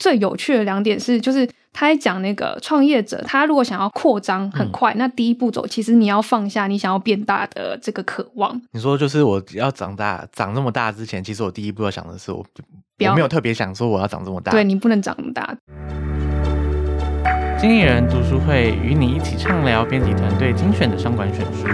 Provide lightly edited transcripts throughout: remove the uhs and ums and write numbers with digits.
最有趣的2点是，就是他在讲那个创业者，他如果想要扩张很快，那第一步走，其实你要放下你想要变大的这个渴望。 你说就是我要长这么大之前，其实我第一步要想的是我没有特别想说我要长这么大。 对，你不能长那么大。 经理人读书会与你一起畅聊编辑团队精选的商管选书。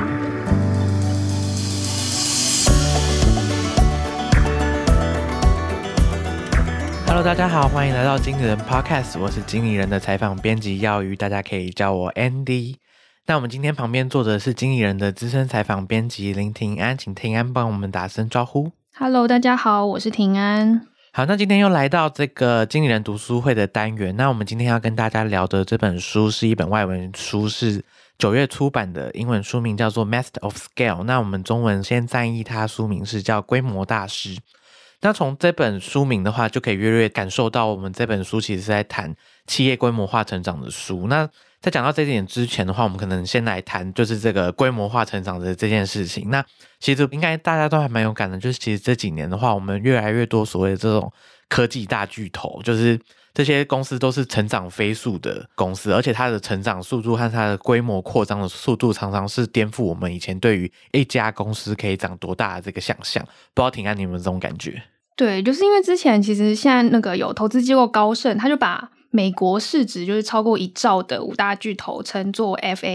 Hello， 大家好，欢迎来到经理人 Podcast， 我是经理人的采访编辑耀宇，大家可以叫我 Andy。那我们今天旁边坐的是经理人的资深采访编辑林庭安，请庭安帮我们打声招呼。 Hello， 大家好，我是庭安。 好，那今天又来到这个经理人读书会的单元。那我们今天要跟大家聊的这本书是一本外文书，是9月出版的，英文书名叫做 Master of Scale。那我们中文先翻译它书名是叫规模大师。那从这本书名的话，就可以略略感受到我们这本书其实是在谈企业规模化成长的书。那在讲到这点之前的话，我们可能先来谈就是这个规模化成长的这件事情。那其实应该大家都还蛮有感的，就是其实这几年的话，我们越来越多所谓的这种科技大巨头，就是这些公司都是成长飞速的公司，而且它的成长速度和它的规模扩张的速度常常是颠覆我们以前对于一家公司可以长多大的这个想象。不知道庭安你们有没有这种感觉？ 对，就是因为之前其实现在那个有投资机构高盛，他就把美国市值就是超过1兆的5大巨头称作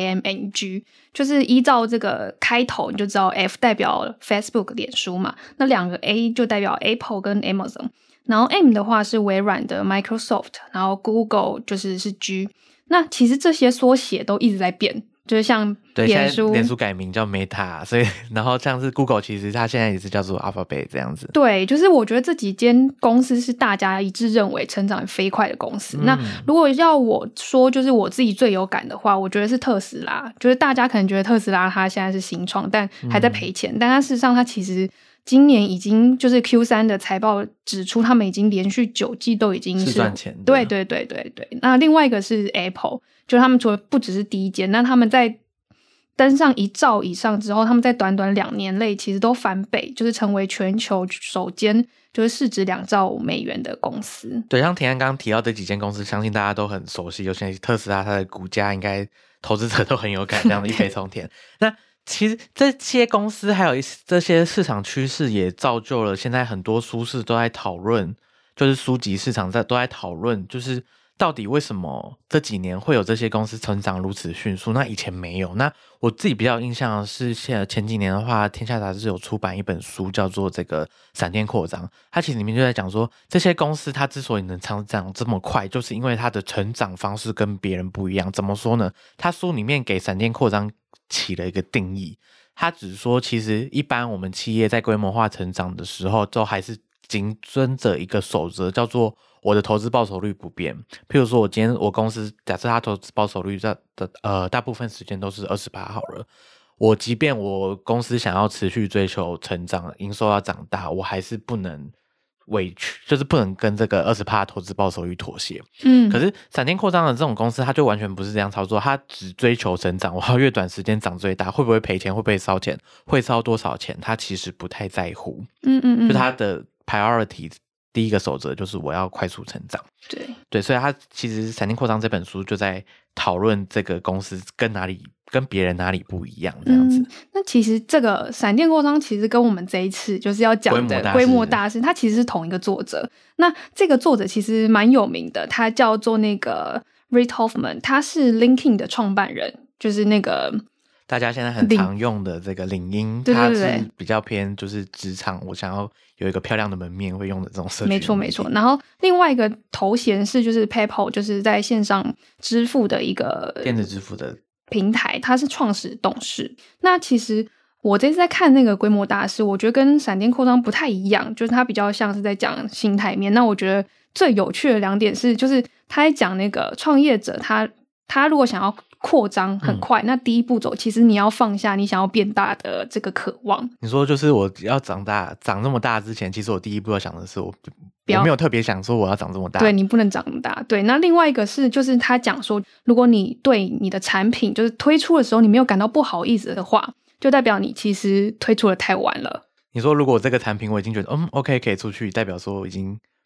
FAMNG， 就是依照这个开头你就知道 F 代表 Facebook 脸书嘛，那2个 A 就代表 Apple 跟 Amazon， 然后 M 的话是微软的 Microsoft， 然后 Google 是 G。 那其实这些缩写都一直在变，就是像脸书改名叫 Meta， 所以然后像是 Google 其实它现在也是叫做 Alphabet 这样子。 对，就是我觉得这几间公司是大家一致认为成长飞快的公司。那如果要我说就是我自己最有感的话，我觉得是特斯拉。就是大家可能觉得特斯拉它现在是新创，但还在赔钱，但它事实上它其实今年已经就是 Q3 的财报指出他们已经连续9季都已经是赚钱的。 对。那另外一个是 Apple， 就他们除了不只是第一间，那他们在登上1兆以上之后，他们在短短2年内其实都翻倍，就是成为全球首间就是市值2兆美元的公司。 对，像庭安刚刚提到这几间公司，相信大家都很熟悉，尤其是特斯拉，它的股价应该投资者都很有感，这样的一飞冲天。那其实这些公司还有这些市场趋势也造就了现在很多书市都在讨论，就是书籍市场都在讨论，就是到底为什么这几年会有这些公司成长如此迅速，那以前没有。那我自己比较有印象的是前几年的话，天下杂志有出版一本书叫做这个闪电扩张，它其实里面就在讲说这些公司它之所以能成长这么快，就是因为它的成长方式跟别人不一样。怎么说呢？它书里面给闪电扩张起了一个定义，他只说其实一般我们企业在规模化成长的时候都还是谨遵着一个守则，叫做我的投资报酬率不变。譬如说我今天我公司假设它投资报酬率大部分时间都是28%好了，我即便我公司想要持续追求成长，营收要长大，我还是不能委屈，就是不能跟这个20%投资报酬率妥协。可是闪电扩张的这种公司，它就完全不是这样操作，它只追求成长，我要越短时间长最大，会不会赔钱，会不会烧钱，会烧多少钱，它其实不太在乎。就它的 priority 第一个守则就是我要快速成长。对，所以它其实闪电扩张这本书就在讨论这个公司跟别人哪里不一样这样子。 那其实这个闪电扩张其实跟我们这一次就是要讲的规模大师，它其实是同一个作者。那这个作者其实蛮有名的，他叫做那个 Reid Hoffman， 他是 LinkedIn 的创办人，就是那个大家现在很常用的这个领英，它是比较偏就是职场，我想要有一个漂亮的门面会用的这种社群。 没错。然后另外一个头衔是就是 PayPal， 就是在线上支付的一个电子支付的平台，他是创始董事。那其实我这次在看那个规模大师，我觉得跟闪电扩张不太一样，就是他比较像是在讲心态面。那我觉得最有趣的2点是，就是他在讲那个创业者他如果想要扩张很快，那第一步走，其实你要放下你想要变大的这个渴望。 你说就是我要长这么大之前，其实我第一步要想的是我没有特别想说我要长这么大。 对，你不能长那么大。对，那另外一个是就是他讲说，如果你对你的产品就是推出的时候你没有感到不好意思的话，就代表你其实推出的太晚了。 你说如果这个产品我已经觉得OK 可以出去，代表说我已经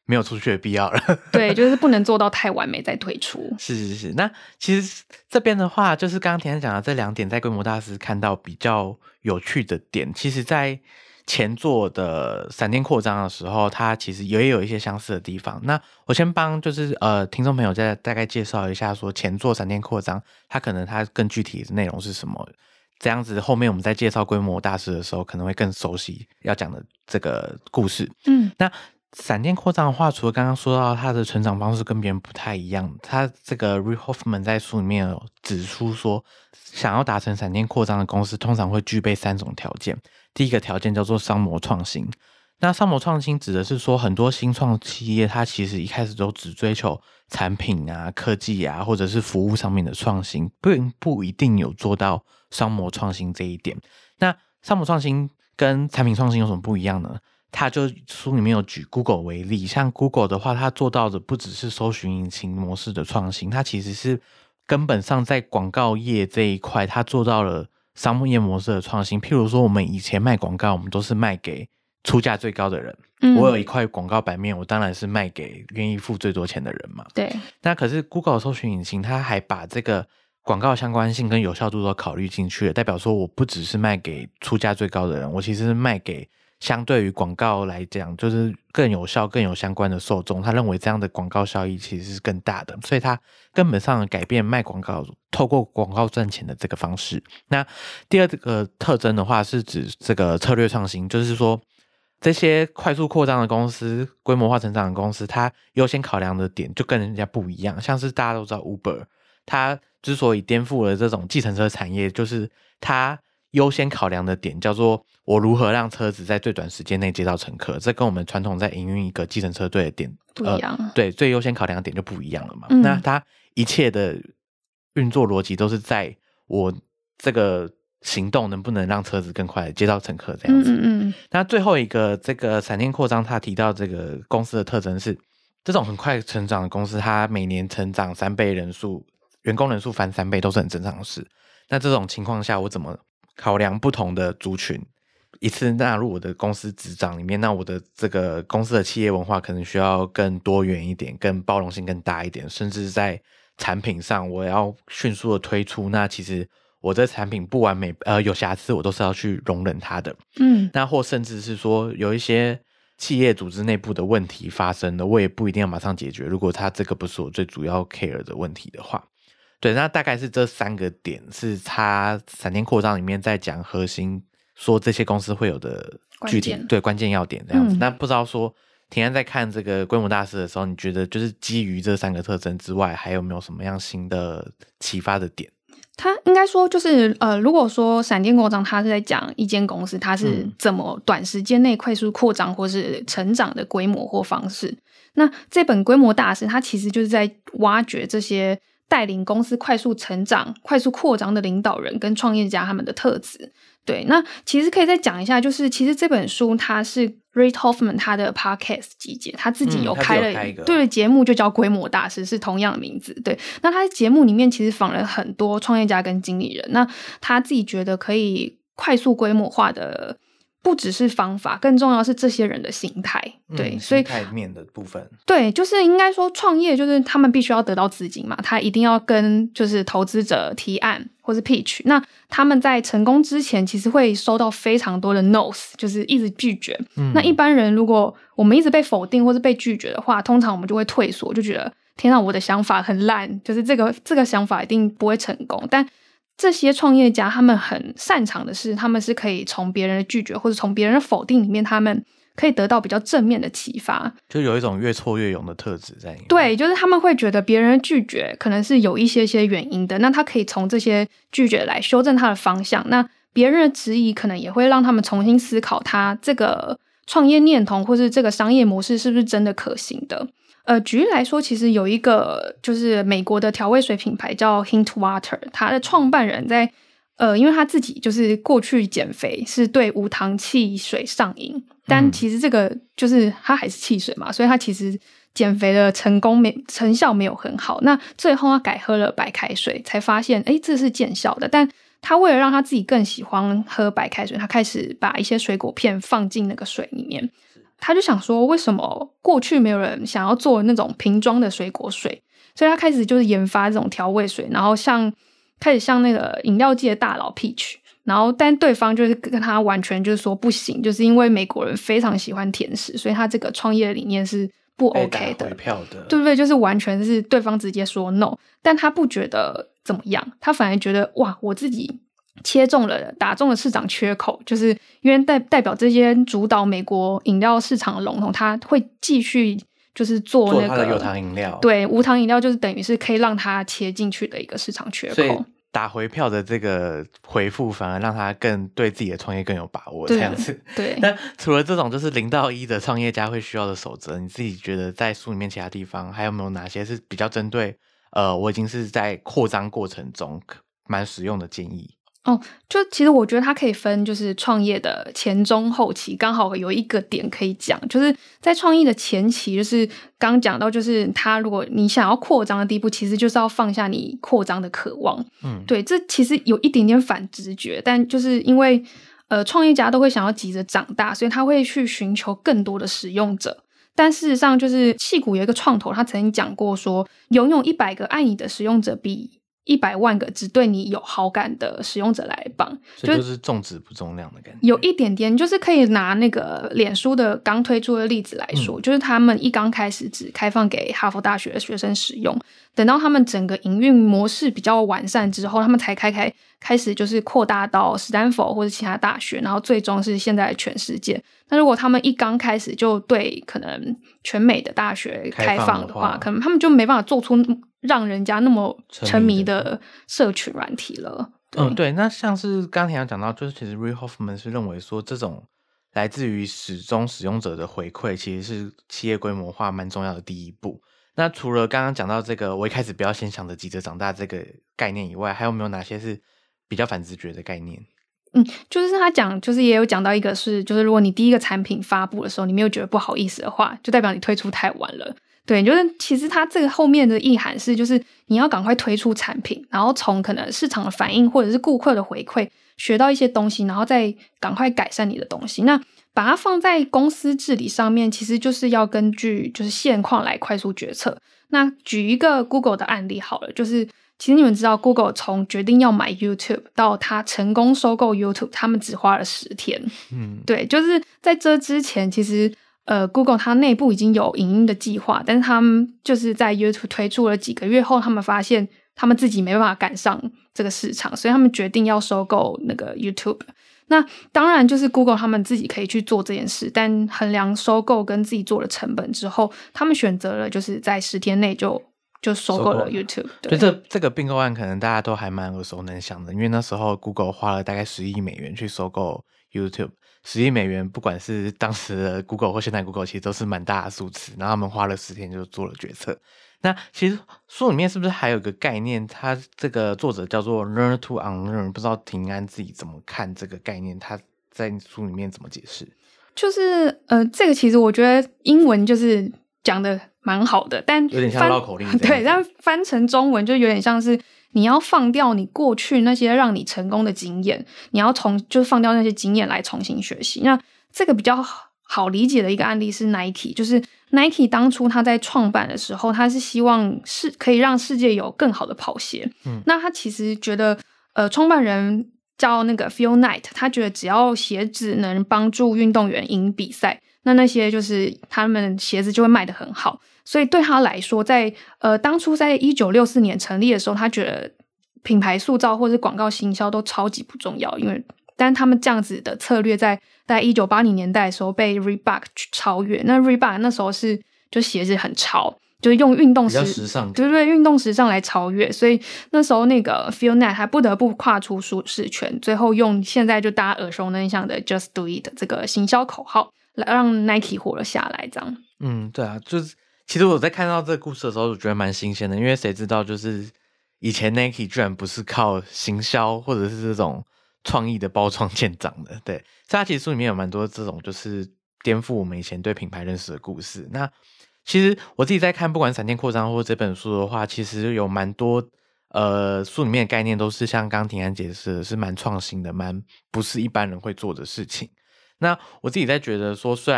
没有出去的必要了。 对，就是不能做到太完美再推出。 是，那其实这边的话，就是刚刚田讲的这2点，在规模大师看到比较有趣的点，其实在前作的闪电扩张的时候，它其实也有一些相似的地方。那我先帮就是听众朋友再大概介绍一下，说前作闪电扩张，它更具体的内容是什么，这样子后面我们在介绍规模大师的时候，可能会更熟悉要讲的这个故事。那闪电扩张的话，除了刚刚说到他的成长方式跟别人不太一样，他这个 Reid Hoffman 在书里面有指出说，想要达成闪电扩张的公司通常会具备3种条件。第一个条件叫做商模创新。那商模创新指的是说，很多新创企业它其实一开始都只追求产品啊、科技啊，或者是服务上面的创新，并不一定有做到商模创新这一点。那商模创新跟产品创新有什么不一样呢？他就书里面有举 Google 为例，像 Google 的话，它做到的不只是搜寻引擎模式的创新，它其实是根本上在广告业这一块，它做到了商业模式的创新。譬如说，我们以前卖广告，我们都是卖给出价最高的人。我有一块广告版面，我当然是卖给愿意付最多钱的人嘛。 对。 那可是 Google 搜寻引擎，它还把这个广告相关性跟有效度都考虑进去了，代表说我不只是卖给出价最高的人，我其实是卖给相对于广告来讲，就是更有效、更有相关的受众，他认为这样的广告效益其实是更大的，所以他根本上改变卖广告、透过广告赚钱的这个方式。那第二个特征的话，是指这个策略创新，就是说这些快速扩张的公司、规模化成长的公司，它优先考量的点就跟人家不一样。像是大家都知道 Uber， 它之所以颠覆了这种计程车产业，就是它优先考量的点叫做我如何让车子在最短时间内接到乘客，这跟我们传统在营运一个计程车队的点不一样。 对，最优先考量的点就不一样了嘛。那它一切的运作逻辑都是在我这个行动能不能让车子更快的接到乘客这样子。那最后一个这个闪电扩张，他提到这个公司的特征是，这种很快成长的公司，它每年成长3倍人数，员工人数翻3倍都是很正常的事。那这种情况下，我怎么考量不同的族群，一次纳入我的公司执掌里面，那我的这个公司的企业文化可能需要更多元一点，更包容性更大一点，甚至在产品上我要迅速的推出，那其实我这产品不完美有瑕疵，我都是要去容忍它的。那或甚至是说有一些企业组织内部的问题发生了，我也不一定要马上解决，如果它这个不是我最主要 care 的问题的话。对，那大概是这3个点是它闪电扩张里面在讲核心，说这些公司会有的具体对关键要点这样子。那不知道说田安在看这个规模大师的时候，你觉得就是基于这3个特征之外，还有没有什么样新的启发的点？ 他应该说就是如果说闪电扩张，他是在讲一间公司它是怎么短时间内快速扩张或是成长的规模或方式。那这本规模大师，它其实就是在挖掘这些带领公司快速成长、快速扩张的领导人跟创业家他们的特质。对，那其实可以再讲一下，就是其实这本书它是 Reid Hoffman 他的 podcast 集结，他自己有开了一个对节目，就叫规模大师，是同样的名字。对，那他在节目里面其实访了很多创业家跟经理人，那他自己觉得可以快速规模化的不只是方法，更重要是这些人的心态。对，所以心态面的部分， 对，就是应该说创业就是他们必须要得到资金嘛，他一定要跟就是投资者提案或是 pitch， 那他们在成功之前其实会收到非常多的 no's， 就是一直拒绝。那一般人如果我们一直被否定或是被拒绝的话，通常我们就会退缩，就觉得天哪，我的想法很烂，就是这个想法一定不会成功。但这些创业家他们很擅长的是，他们是可以从别人的拒绝或者从别人的否定里面，他们可以得到比较正面的启发， 就有一种越挫越勇的特质在里面。 对，就是他们会觉得别人的拒绝可能是有一些原因的，那他可以从这些拒绝来修正他的方向，那别人的质疑可能也会让他们重新思考他这个创业念头或是这个商业模式是不是真的可行的。举例来说，其实有一个就是美国的调味水品牌叫 Hint Water， 它的创办人在因为他自己就是过去减肥是对无糖汽水上瘾，但其实这个就是他还是汽水嘛，所以他其实减肥的成效没有很好。那最后他改喝了白开水，才发现这是见效的。但他为了让他自己更喜欢喝白开水，他开始把一些水果片放进那个水里面。 他就想说，为什么过去没有人想要做那种瓶装的水果水？所以他开始就是研发这种调味水，然后开始像那个饮料界的大佬 Peach， 然后但对方就是跟他完全就是说不行，就是因为美国人非常喜欢甜食，所以他这个创业理念是不 OK 的， 被打回票的， 对不对？就是完全是对方直接说 no， 但他不觉得怎么样，他反而觉得哇，我自己打中了市场缺口，就是因为代表这些主导美国饮料市场的龙头，他会继续就是做那个他的有糖饮料， 对，无糖饮料就是等于是可以让他切进去的一个市场缺所以口。 打回票的这个回复反而让他更对自己的创业更有把握，这样子。 对。 但除了这种就是0到1的创业家会需要的守则，你自己觉得在书里面其他地方还有没有哪些是比较针对我已经是在扩张过程中蛮实用的建议？ 就其实我觉得它可以分就是创业的前中后期，刚好有一个点可以讲，就是在创业的前期，就是刚讲到就是如果你想要扩张的第一步，其实就是要放下你扩张的渴望。对，这其实有一点点反直觉，但就是因为创业家都会想要急着长大，所以他会去寻求更多的使用者。但事实上就是矽谷有一个创投，他曾经讲过说，拥有100个爱你的使用者比100万个只对你有好感的使用者来棒， 所以就是重质不重量的感觉。 有一点点，就是可以拿那个脸书的刚推出的例子来说，就是他们一刚开始只开放给哈佛大学的学生使用，等到他们整个营运模式比较完善之后，他们才开始就是扩大到史丹佛或者其他大学，然后最终是现在全世界。那如果他们一刚开始就对可能全美的大学开放的话，可能他们就没办法做出让人家那么沉迷的社群软体了。 对，那像是刚才讲到，就是其实 Reid Hoffman 是认为说，这种来自于始终使用者的回馈，其实是企业规模化蛮重要的第一步。那除了刚刚讲到这个，我一开始不要先想着急着长大这个概念以外，还有没有哪些是比较反直觉的概念？ 就是他讲，就是也有讲到一个是，就是如果你第一个产品发布的时候，你没有觉得不好意思的话，就代表你推出太晚了。对，就是其实它这个后面的意涵是，就是你要赶快推出产品，然后从可能市场的反应或者是顾客的回馈学到一些东西，然后再赶快改善你的东西。那把它放在公司治理上面，其实就是要根据就是现况来快速决策。那举一个 Google 的案例好了，就是其实你们知道 Google 从决定要买 YouTube 到它成功收购 YouTube， 他们只花了10天。对，就是在这之前，其实Google 它内部已经有影音的计划，但是他们就是在 YouTube 推出了几个月后，他们发现他们自己没办法赶上这个市场，所以他们决定要收购那个 YouTube。那当然就是 Google 他们自己可以去做这件事，但衡量收购跟自己做的成本之后，他们选择了就是在10天内就收购了 YouTube。 对， 所以这个并购案可能大家都还蛮耳熟能详的，因为那时候 Google 花了大概10亿美元去收购 YouTube。10亿美元不管是当时的 Google 或现在 Google 其实都是蛮大的数字，然后他们花了10天就做了决策。那其实书里面是不是还有个概念，他这个作者叫做 learn to unlearn， 不知道庭安自己怎么看这个概念，他在书里面怎么解释？ 就是这个其实我觉得英文就是讲的蛮好的，但有点像绕口令这样。 对，但翻成中文就有点像是你要放掉你过去那些让你成功的经验，你要就是放掉那些经验来重新学习。那这个比较好理解的一个案例是 Nike， 就是 Nike 当初他在创办的时候，他是希望可以让世界有更好的跑鞋。那他其实觉得创办人叫那个 Phil Knight， 他觉得只要鞋子能帮助运动员赢比赛，那些就是他们鞋子就会卖得很好。所以对他来说，在当初在1964年成立的时候，他觉得品牌塑造或者广告行销都超级不重要，但他们这样子的策略在1980年代的时候被 Reebok 超越。那 Reebok 那时候就鞋子很潮，就是用运动比较时尚， 对对，运动时尚来超越。所以那时候那个 Phil Knight 还不得不跨出舒适圈，最后用现在就大家耳熟能详的 Just Do It 这个行销口号来让 Nike 活了下来。这样， 对啊，就是其实我在看到这个故事的时候，我觉得蛮新鲜的，因为谁知道就是以前 Nike 居然不是靠行销或者是这种创意的包装见长的。对，所以它其实书里面有蛮多这种就是颠覆我们以前对品牌认识的故事。那其实我自己在看不管闪电扩张或这本书的话，其实有蛮多书里面的概念都是像刚庭安解释的，是蛮创新的，蛮不是一般人会做的事情。那我自己在觉得说，虽然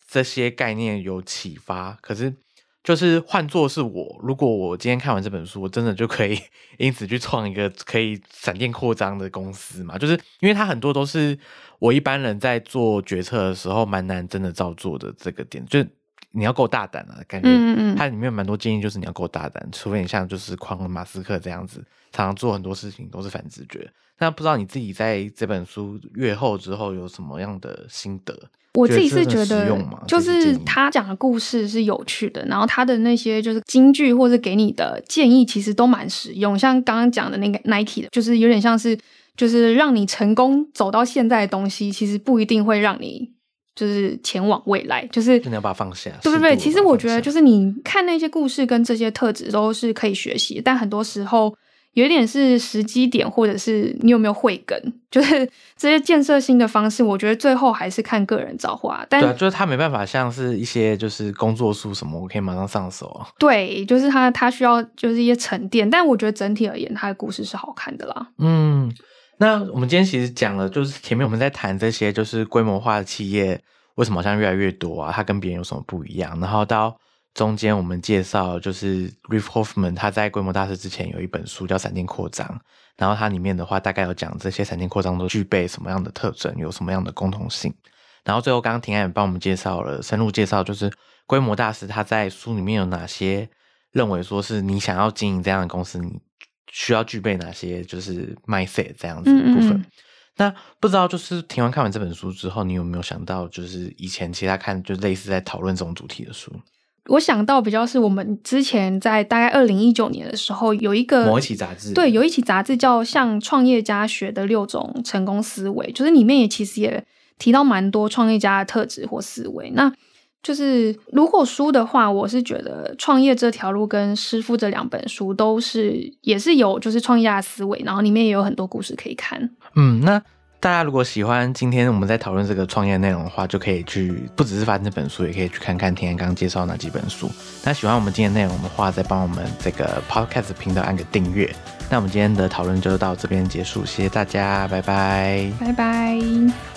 这些概念有启发，可是就是换作是我，如果我今天看完这本书，我真的就可以因此去创一个可以闪电扩张的公司嘛？就是因为它很多都是我一般人在做决策的时候蛮难真的照做的这个点，就是你要够大胆啊，感觉它里面有蛮多建议，就是你要够大胆，除非你像就是狂人马斯克这样子，常常做很多事情都是反直觉。那不知道你自己在这本书阅后之后有什么样的心得？ 我自己是觉得，就是他讲的故事是有趣的，然后他的那些就是金句或是给你的建议，其实都蛮实用。像刚刚讲的那个 Nike 的，就是有点像是，就是让你成功走到现在的东西，其实不一定会让你就是前往未来，就是你要把它放下。 对对对，其实我觉得就是你看那些故事跟这些特质都是可以学习，但很多时候有一点是时机点，或者是你有没有慧根，就是这些建设性的方式，我觉得最后还是看个人造化。但对啊，就是他没办法像是一些就是工作书什么，我可以马上上手啊。 对，就是他需要就是一些沉淀，但我觉得整体而言，他的故事是好看的啦。 那我们今天其实讲了，就是前面我们在谈这些就是规模化的企业为什么好像越来越多啊，它跟别人有什么不一样，然后到中间我们介绍就是 Reeve Hoffman 他在规模大师之前有一本书叫闪电扩张，然后它里面的话大概有讲这些闪电扩张都具备什么样的特征，有什么样的共同性，然后最后刚刚庭安也帮我们介绍了深入介绍，就是规模大师他在书里面有哪些认为说是你想要经营这样的公司你需要具备哪些就是 mindset 这样子的部分。那不知道就是庭安看完这本书之后，你有没有想到就是以前其他看就类似在讨论这种主题的书？ 我想到比较是我们之前在大概2019年的时候有一个某一期杂志， 对，有一期杂志叫向创业家学的6种成功思维，就是里面也其实也提到蛮多创业家的特质或思维。那就是如果书的话，我是觉得创业这条路跟师傅这2本书都是也是有就是创业家的思维，然后里面也有很多故事可以看。 那大家如果喜欢今天我们在讨论这个创业内容的话，就可以去不只是翻这本书，也可以去看看庭安刚刚介绍哪几本书。那喜欢我们今天内容的话，再帮我们这个 podcast 频道按个订阅。那我们今天的讨论就到这边结束，谢谢大家，拜拜， 拜拜。